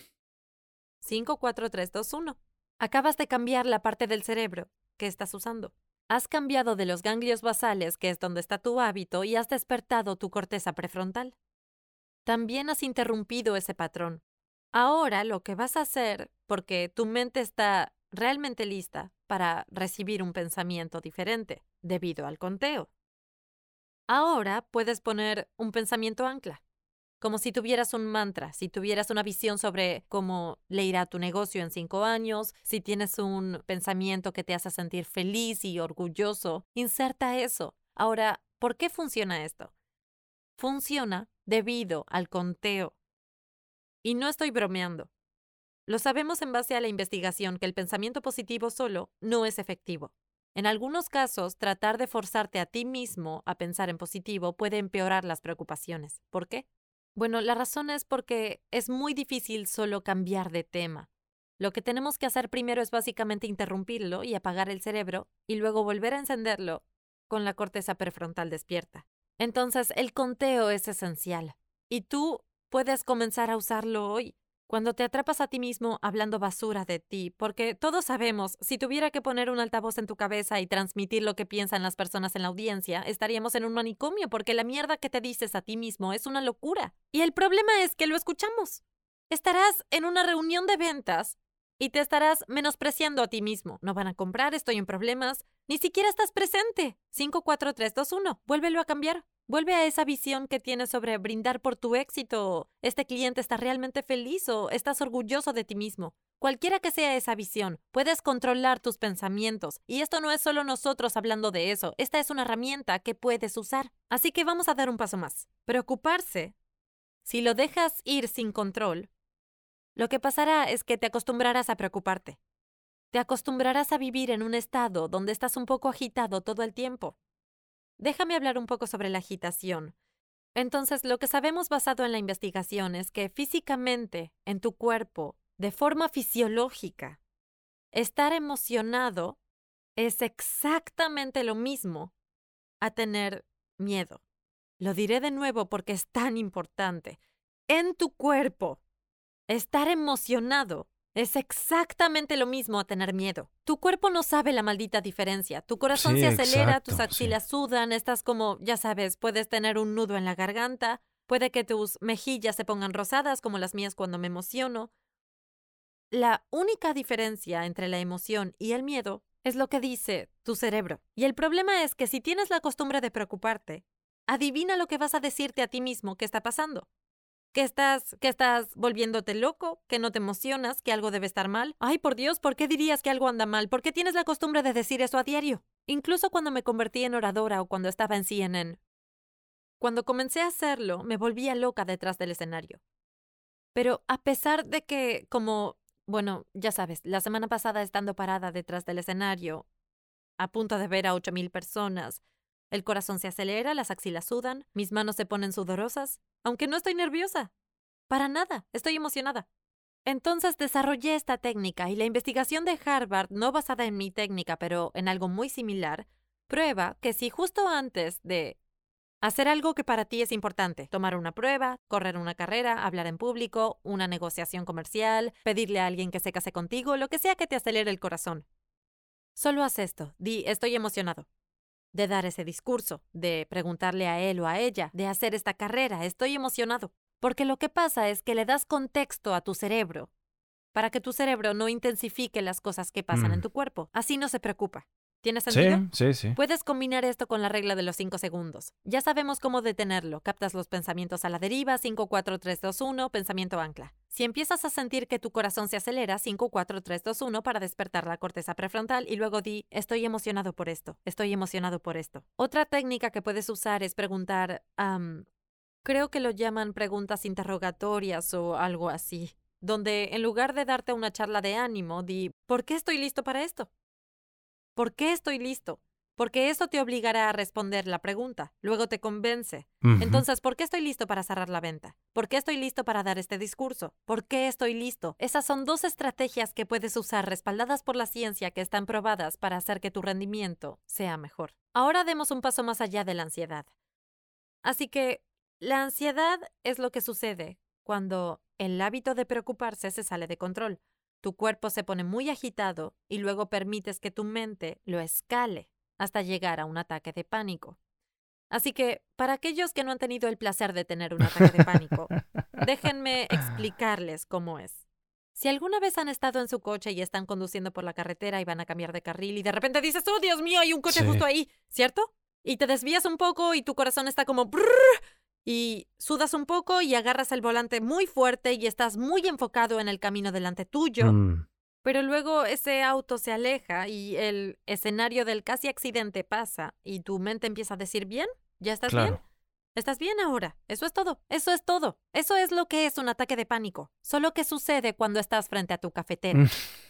cinco, cuatro, tres, dos, uno. Acabas de cambiar la parte del cerebro que estás usando. Has cambiado de los ganglios basales, que es donde está tu hábito, y has despertado tu corteza prefrontal. También has interrumpido ese patrón. Ahora lo que vas a hacer, porque tu mente está realmente lista para recibir un pensamiento diferente debido al conteo. Ahora puedes poner un pensamiento ancla, como si tuvieras un mantra, si tuvieras una visión sobre cómo le irá a tu negocio en cinco años, si tienes un pensamiento que te hace sentir feliz y orgulloso, inserta eso. Ahora, ¿por qué funciona esto? Funciona debido al conteo. Y no estoy bromeando. Lo sabemos en base a la investigación que el pensamiento positivo solo no es efectivo. En algunos casos, tratar de forzarte a ti mismo a pensar en positivo puede empeorar las preocupaciones. ¿Por qué? Bueno, la razón es porque es muy difícil solo cambiar de tema. Lo que tenemos que hacer primero es básicamente interrumpirlo y apagar el cerebro y luego volver a encenderlo con la corteza prefrontal despierta. Entonces, el conteo es esencial y tú puedes comenzar a usarlo hoy. Cuando te atrapas a ti mismo hablando basura de ti, porque todos sabemos, si tuviera que poner un altavoz en tu cabeza y transmitir lo que piensan las personas en la audiencia, estaríamos en un manicomio porque la mierda que te dices a ti mismo es una locura. Y el problema es que lo escuchamos. Estarás en una reunión de ventas y te estarás menospreciando a ti mismo. No van a comprar, estoy en problemas. Ni siquiera estás presente. cinco, cuatro, tres, dos, uno. Vuélvelo a cambiar. Vuelve a esa visión que tienes sobre brindar por tu éxito. Este cliente está realmente feliz o estás orgulloso de ti mismo. Cualquiera que sea esa visión, puedes controlar tus pensamientos. Y esto no es solo nosotros hablando de eso. Esta es una herramienta que puedes usar. Así que vamos a dar un paso más. Preocuparse. Si lo dejas ir sin control, lo que pasará es que te acostumbrarás a preocuparte. Te acostumbrarás a vivir en un estado donde estás un poco agitado todo el tiempo. Déjame hablar un poco sobre la agitación. Entonces, lo que sabemos basado en la investigación es que físicamente, en tu cuerpo, de forma fisiológica, estar emocionado es exactamente lo mismo a tener miedo. Lo diré de nuevo porque es tan importante. En tu cuerpo, estar emocionado es exactamente lo mismo a tener miedo. Tu cuerpo no sabe la maldita diferencia. Tu corazón Sí, se acelera, exacto, tus sí. axilas sudan, estás como, ya sabes, puedes tener un nudo en la garganta, puede que tus mejillas se pongan rosadas como las mías cuando me emociono. La única diferencia entre la emoción y el miedo es lo que dice tu cerebro. Y el problema es que si tienes la costumbre de preocuparte, adivina lo que vas a decirte a ti mismo que está pasando. Que estás, que estás volviéndote loco, que no te emocionas, que algo debe estar mal. Ay, por Dios, ¿por qué dirías que algo anda mal? ¿Por qué tienes la costumbre de decir eso a diario? Incluso cuando me convertí en oradora o cuando estaba en C N N. Cuando comencé a hacerlo, me volvía loca detrás del escenario. Pero a pesar de que, como, bueno, ya sabes, la semana pasada estando parada detrás del escenario, a punto de ver a ocho mil personas, el corazón se acelera, las axilas sudan, mis manos se ponen sudorosas, aunque no estoy nerviosa. Para nada, estoy emocionada. Entonces desarrollé esta técnica y la investigación de Harvard, no basada en mi técnica, pero en algo muy similar, prueba que si justo antes de hacer algo que para ti es importante, tomar una prueba, correr una carrera, hablar en público, una negociación comercial, pedirle a alguien que se case contigo, lo que sea que te acelere el corazón. Solo haz esto, di estoy emocionado. De dar ese discurso, de preguntarle a él o a ella, de hacer esta carrera, estoy emocionado. Porque lo que pasa es que le das contexto a tu cerebro para que tu cerebro no intensifique las cosas que pasan Mm. en tu cuerpo. Así no se preocupa. ¿Tiene Sí, sentido? sí, sí. Puedes combinar esto con la regla de los cinco segundos. Ya sabemos cómo detenerlo. Captas los pensamientos a la deriva, cinco, cuatro, tres, dos, uno, pensamiento ancla. Si empiezas a sentir que tu corazón se acelera, cinco, cuatro, tres, dos, uno para despertar la corteza prefrontal y luego di, estoy emocionado por esto, estoy emocionado por esto. Otra técnica que puedes usar es preguntar, um, creo que lo llaman preguntas interrogatorias o algo así, donde en lugar de darte una charla de ánimo, di, ¿por qué estoy listo para esto? ¿Por qué estoy listo? Porque eso te obligará a responder la pregunta, luego te convence. Ujú. Entonces, ¿por qué estoy listo para cerrar la venta? ¿Por qué estoy listo para dar este discurso? ¿Por qué estoy listo? Esas son dos estrategias que puedes usar respaldadas por la ciencia que están probadas para hacer que tu rendimiento sea mejor. Ahora demos un paso más allá de la ansiedad. Así que, la ansiedad es lo que sucede cuando el hábito de preocuparse se sale de control. Tu cuerpo se pone muy agitado y luego permites que tu mente lo escale hasta llegar a un ataque de pánico. Así que, para aquellos que no han tenido el placer de tener un ataque de pánico, déjenme explicarles cómo es. Si alguna vez han estado en su coche y están conduciendo por la carretera y van a cambiar de carril y de repente dices, ¡oh, Dios mío, hay un coche Sí. justo ahí! ¿Cierto? Y te desvías un poco y tu corazón está como brrr, y sudas un poco y agarras el volante muy fuerte y estás muy enfocado en el camino delante tuyo. Mm. Pero luego ese auto se aleja y el escenario del casi accidente pasa y tu mente empieza a decir, ¿bien? ¿Ya estás bien? Claro. ¿Estás bien ahora? Eso es todo. Eso es todo. Eso es lo que es un ataque de pánico. Solo que sucede cuando estás frente a tu cafetera.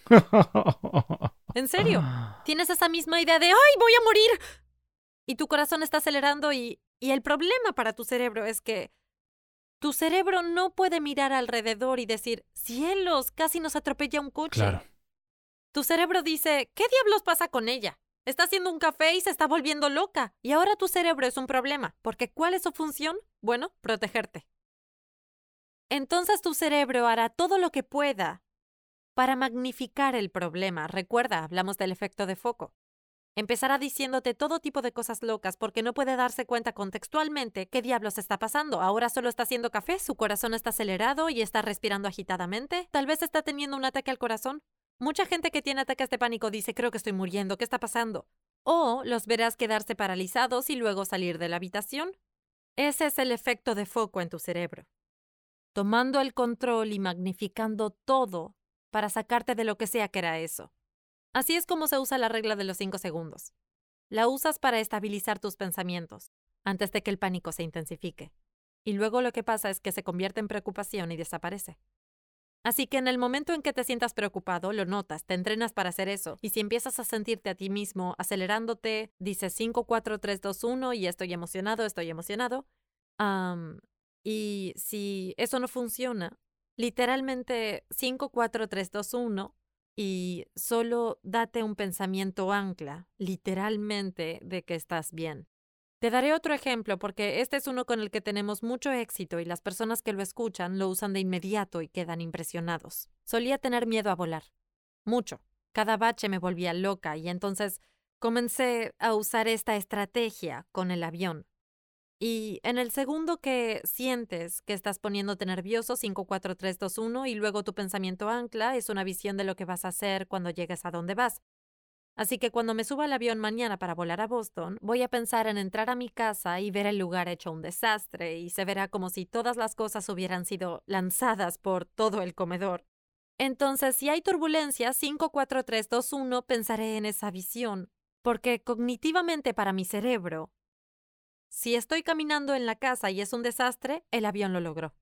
¿En serio? Tienes esa misma idea de ¡ay, voy a morir! Y tu corazón está acelerando y, y el problema para tu cerebro es que tu cerebro no puede mirar alrededor y decir, cielos, casi nos atropella un coche. Claro. Tu cerebro dice, ¿qué diablos pasa con ella? Está haciendo un café y se está volviendo loca. Y ahora tu cerebro es un problema, porque ¿cuál es su función? Bueno, protegerte. Entonces tu cerebro hará todo lo que pueda para magnificar el problema. Recuerda, hablamos del efecto de foco. Empezará diciéndote todo tipo de cosas locas porque no puede darse cuenta contextualmente qué diablos está pasando. Ahora solo está haciendo café, su corazón está acelerado y está respirando agitadamente. Tal vez está teniendo un ataque al corazón. Mucha gente que tiene ataques de pánico dice, creo que estoy muriendo, ¿qué está pasando? O los verás quedarse paralizados y luego salir de la habitación. Ese es el efecto de foco en tu cerebro. Tomando el control y magnificando todo para sacarte de lo que sea que era eso. Así es como se usa la regla de los cinco segundos. La usas para estabilizar tus pensamientos, antes de que el pánico se intensifique. Y luego lo que pasa es que se convierte en preocupación y desaparece. Así que en el momento en que te sientas preocupado, lo notas, te entrenas para hacer eso. Y si empiezas a sentirte a ti mismo acelerándote, dices cinco, cuatro, tres, dos, uno y estoy emocionado, estoy emocionado. Um, y si eso no funciona, literalmente cinco, cuatro, tres, dos, uno y solo date un pensamiento ancla, literalmente, de que estás bien. Te daré otro ejemplo porque este es uno con el que tenemos mucho éxito y las personas que lo escuchan lo usan de inmediato y quedan impresionados. Solía tener miedo a volar. Mucho. Cada bache me volvía loca y entonces comencé a usar esta estrategia con el avión. Y en el segundo que sientes que estás poniéndote nervioso, cinco, cuatro, tres, dos, uno, y luego tu pensamiento ancla es una visión de lo que vas a hacer cuando llegues a donde vas. Así que cuando me suba al avión mañana para volar a Boston, voy a pensar en entrar a mi casa y ver el lugar hecho un desastre y se verá como si todas las cosas hubieran sido lanzadas por todo el comedor. Entonces, si hay turbulencia, cinco, cuatro, tres, dos, uno, pensaré en esa visión, porque cognitivamente para mi cerebro, si estoy caminando en la casa y es un desastre, el avión lo logró.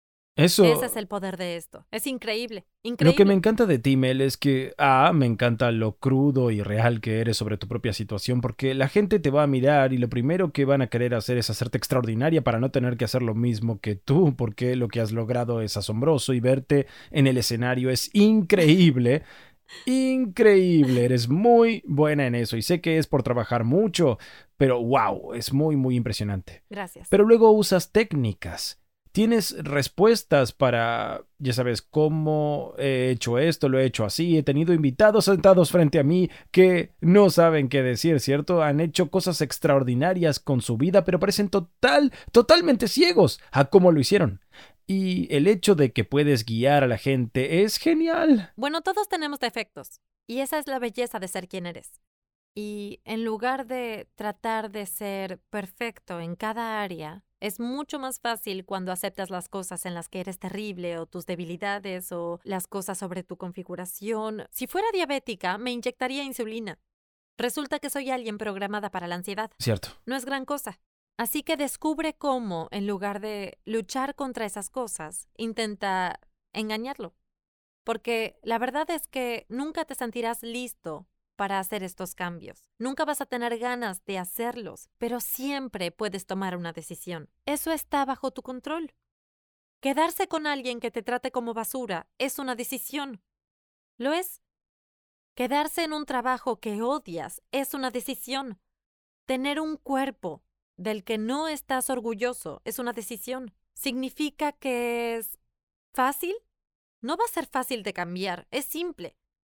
Ese es Eso, el poder de esto. Es increíble, lo que me increíble. encanta de ti, Mel, es que, ah, me encanta lo crudo y real que eres sobre tu propia situación, porque la gente te va a mirar y lo primero que van a querer hacer es hacerte extraordinaria para no tener que hacer lo mismo que tú, porque lo que has logrado es asombroso y verte en el escenario es increíble. Increíble, eres muy buena en eso y sé que es por trabajar mucho, pero wow, es muy, muy impresionante. Gracias. Pero luego usas técnicas. Tienes respuestas para, ya sabes, cómo he hecho esto, lo he hecho así. He tenido invitados sentados frente a mí que no saben qué decir, ¿cierto? Han hecho cosas extraordinarias con su vida, pero parecen total, totalmente ciegos a cómo lo hicieron. Y el hecho de que puedes guiar a la gente es genial. Bueno, todos tenemos defectos, y esa es la belleza de ser quien eres. Y en lugar de tratar de ser perfecto en cada área, es mucho más fácil cuando aceptas las cosas en las que eres terrible o tus debilidades o las cosas sobre tu configuración. Si fuera diabética, me inyectaría insulina. Resulta que soy alguien programada para la ansiedad. Cierto. No es gran cosa. Así que descubre cómo, en lugar de luchar contra esas cosas, intenta engañarlo. Porque la verdad es que nunca te sentirás listo para hacer estos cambios. Nunca vas a tener ganas de hacerlos, pero siempre puedes tomar una decisión. Eso está bajo tu control. Quedarse con alguien que te trate como basura es una decisión. Lo es. Quedarse en un trabajo que odias es una decisión. Tener un cuerpo del que no estás orgulloso es una decisión. ¿Significa que es fácil? No va a ser fácil de cambiar, es simple.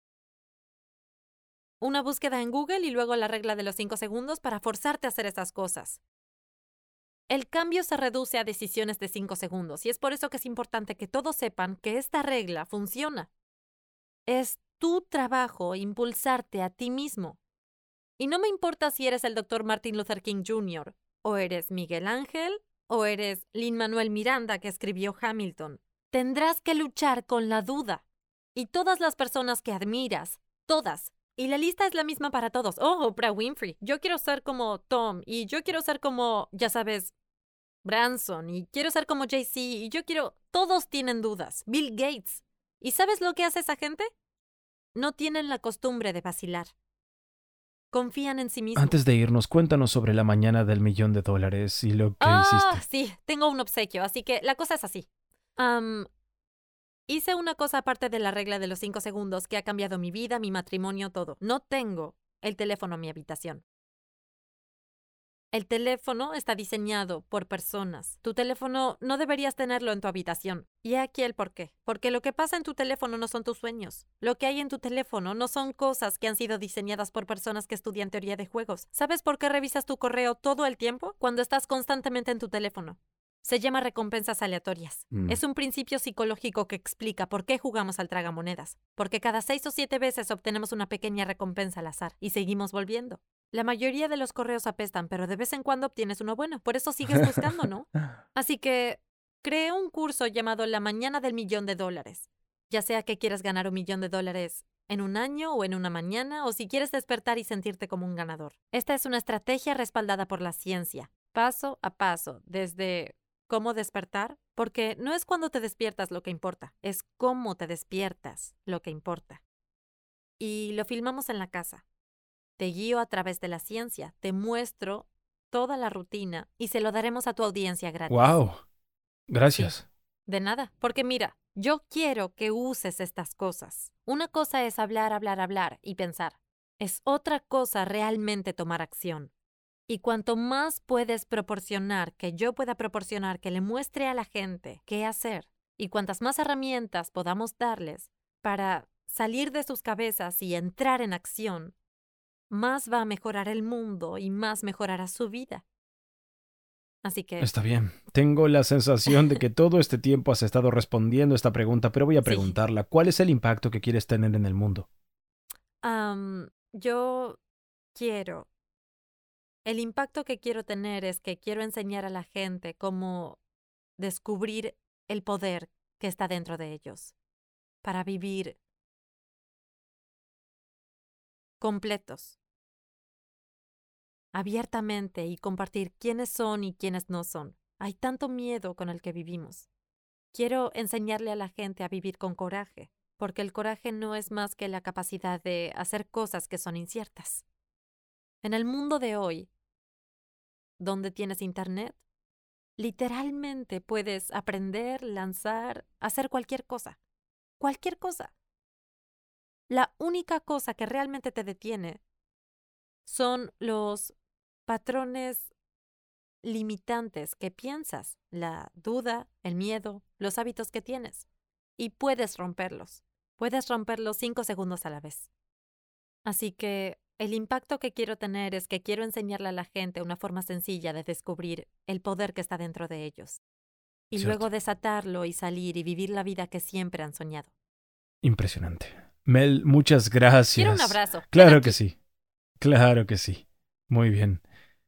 Una búsqueda en Google y luego la regla de los cinco segundos para forzarte a hacer esas cosas. El cambio se reduce a decisiones de cinco segundos y es por eso que es importante que todos sepan que esta regla funciona. Es tu trabajo impulsarte a ti mismo. Y no me importa si eres el doctor Martin Luther King junior, o eres Miguel Ángel, o eres Lin-Manuel Miranda que escribió Hamilton. Tendrás que luchar con la duda. Y todas las personas que admiras, todas. Y la lista es la misma para todos. Oh, Oprah Winfrey. Yo quiero ser como Tom. Y yo quiero ser como, ya sabes, Branson. Y quiero ser como Jay-Z. Y yo quiero... Todos tienen dudas. Bill Gates. ¿Y sabes lo que hace esa gente? No tienen la costumbre de vacilar. Confían en sí mismos. Antes de irnos, cuéntanos sobre la mañana del millón de dólares y lo que Ah, hiciste. sí, tengo un obsequio, así que la cosa es así. Um, hice una cosa aparte de la regla de los cinco segundos que ha cambiado mi vida, mi matrimonio, todo. No tengo el teléfono en mi habitación. El teléfono está diseñado por personas. Tu teléfono no deberías tenerlo en tu habitación. Y aquí el por qué. Porque lo que pasa en tu teléfono no son tus sueños. Lo que hay en tu teléfono no son cosas que han sido diseñadas por personas que estudian teoría de juegos. ¿Sabes por qué revisas tu correo todo el tiempo? Cuando estás constantemente en tu teléfono. Se llama recompensas aleatorias. Mm. Es un principio psicológico que explica por qué jugamos al tragamonedas. Porque cada seis o siete veces obtenemos una pequeña recompensa al azar y seguimos volviendo. La mayoría de los correos apestan, pero de vez en cuando obtienes uno bueno. Por eso sigues buscando, ¿no? Así que creé un curso llamado La Mañana del Millón de Dólares. Ya sea que quieras ganar un millón de dólares en un año o en una mañana, o si quieres despertar y sentirte como un ganador. Esta es una estrategia respaldada por la ciencia, paso a paso, desde cómo despertar, porque no es cuando te despiertas lo que importa, es cómo te despiertas lo que importa. Y lo filmamos en la casa. Te guío a través de la ciencia, te muestro toda la rutina y se lo daremos a tu audiencia gratis. ¡Wow! Gracias. Sí, de nada, porque mira, yo quiero que uses estas cosas. Una cosa es hablar, hablar, hablar y pensar. Es otra cosa realmente tomar acción. Y cuanto más puedes proporcionar, que yo pueda proporcionar, que le muestre a la gente qué hacer, y cuantas más herramientas podamos darles para salir de sus cabezas y entrar en acción, más va a mejorar el mundo y más mejorará su vida. Así que... Está bien. Tengo la sensación de que todo este tiempo has estado respondiendo esta pregunta, pero voy a preguntarla. Sí. ¿Cuál es el impacto que quieres tener en el mundo? Um, yo quiero... El impacto que quiero tener es que quiero enseñar a la gente cómo descubrir el poder que está dentro de ellos para vivir completos, abiertamente y compartir quiénes son y quiénes no son. Hay tanto miedo con el que vivimos. Quiero enseñarle a la gente a vivir con coraje, porque el coraje no es más que la capacidad de hacer cosas que son inciertas. En el mundo de hoy, donde tienes internet, literalmente puedes aprender, lanzar, hacer cualquier cosa. Cualquier cosa. La única cosa que realmente te detiene son los patrones limitantes que piensas, la duda, el miedo, los hábitos que tienes. Y puedes romperlos. Puedes romperlos cinco segundos a la vez. Así que el impacto que quiero tener es que quiero enseñarle a la gente una forma sencilla de descubrir el poder que está dentro de ellos. Y Cierto. Luego desatarlo y salir y vivir la vida que siempre han soñado. Impresionante. Mel, muchas gracias. Quiero un abrazo. Claro que sí. Claro que sí. Muy bien.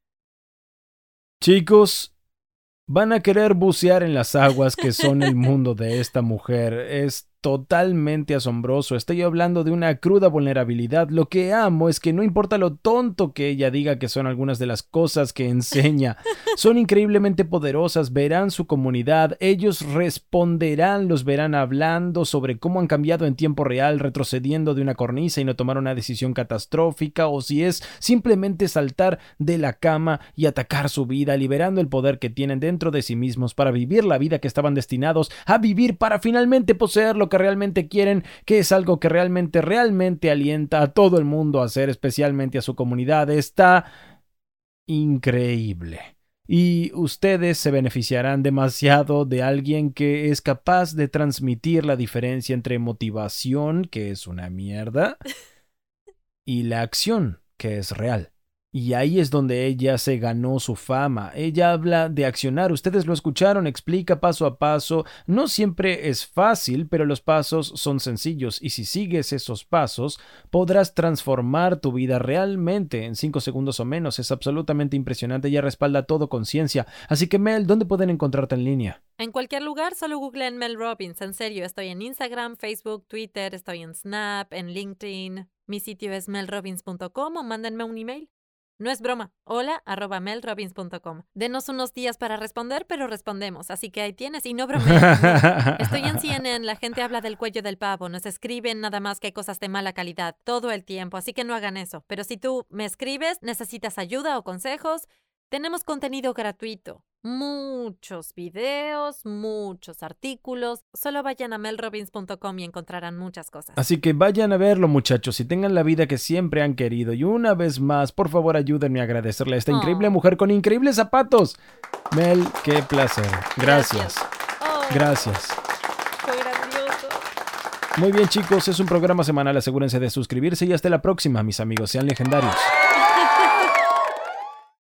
Chicos, van a querer bucear en las aguas que son el mundo de esta mujer. Es totalmente asombroso. Estoy hablando de una cruda vulnerabilidad. Lo que amo es que no importa lo tonto que ella diga que son algunas de las cosas que enseña, son increíblemente poderosas. Verán su comunidad, ellos responderán, los verán hablando sobre cómo han cambiado en tiempo real, retrocediendo de una cornisa y no tomar una decisión catastrófica, o si es simplemente saltar de la cama y atacar su vida, liberando el poder que tienen dentro de sí mismos para vivir la vida que estaban destinados a vivir, para finalmente poseer lo que realmente quieren, que es algo que realmente, realmente alienta a todo el mundo a hacer, especialmente a su comunidad. Está increíble. Y ustedes se beneficiarán demasiado de alguien que es capaz de transmitir la diferencia entre motivación, que es una mierda, y la acción, que es real. Y ahí es donde ella se ganó su fama. Ella habla de accionar. Ustedes lo escucharon, explica paso a paso. No siempre es fácil, pero los pasos son sencillos. Y si sigues esos pasos, podrás transformar tu vida realmente en cinco segundos o menos. Es absolutamente impresionante. Ella respalda todo con ciencia. Así que, Mel, ¿dónde pueden encontrarte en línea? En cualquier lugar, solo googleen Mel Robbins. En serio, estoy en Instagram, Facebook, Twitter, estoy en Snap, en LinkedIn. Mi sitio es mel robbins punto com o mándenme un email. No es broma. Hola, arroba mel robbins punto com. Denos unos días para responder, pero respondemos. Así que ahí tienes. Y no bromeo. No. Estoy en C N N. La gente habla del cuello del pavo. Nos escriben nada más que cosas de mala calidad todo el tiempo. Así que no hagan eso. Pero si tú me escribes, necesitas ayuda o consejos, tenemos contenido gratuito. Muchos videos, muchos artículos. Solo vayan a mel robbins punto com y encontrarán muchas cosas. Así que vayan a verlo, muchachos, y tengan la vida que siempre han querido. Y una vez más, por favor, ayúdenme a agradecerle a esta Oh. increíble mujer con increíbles zapatos. Mel, qué placer. Gracias. Gracias. Oh, Gracias. fue grandioso. Muy bien, chicos, es un programa semanal. Asegúrense de suscribirse y hasta la próxima, mis amigos. Sean legendarios.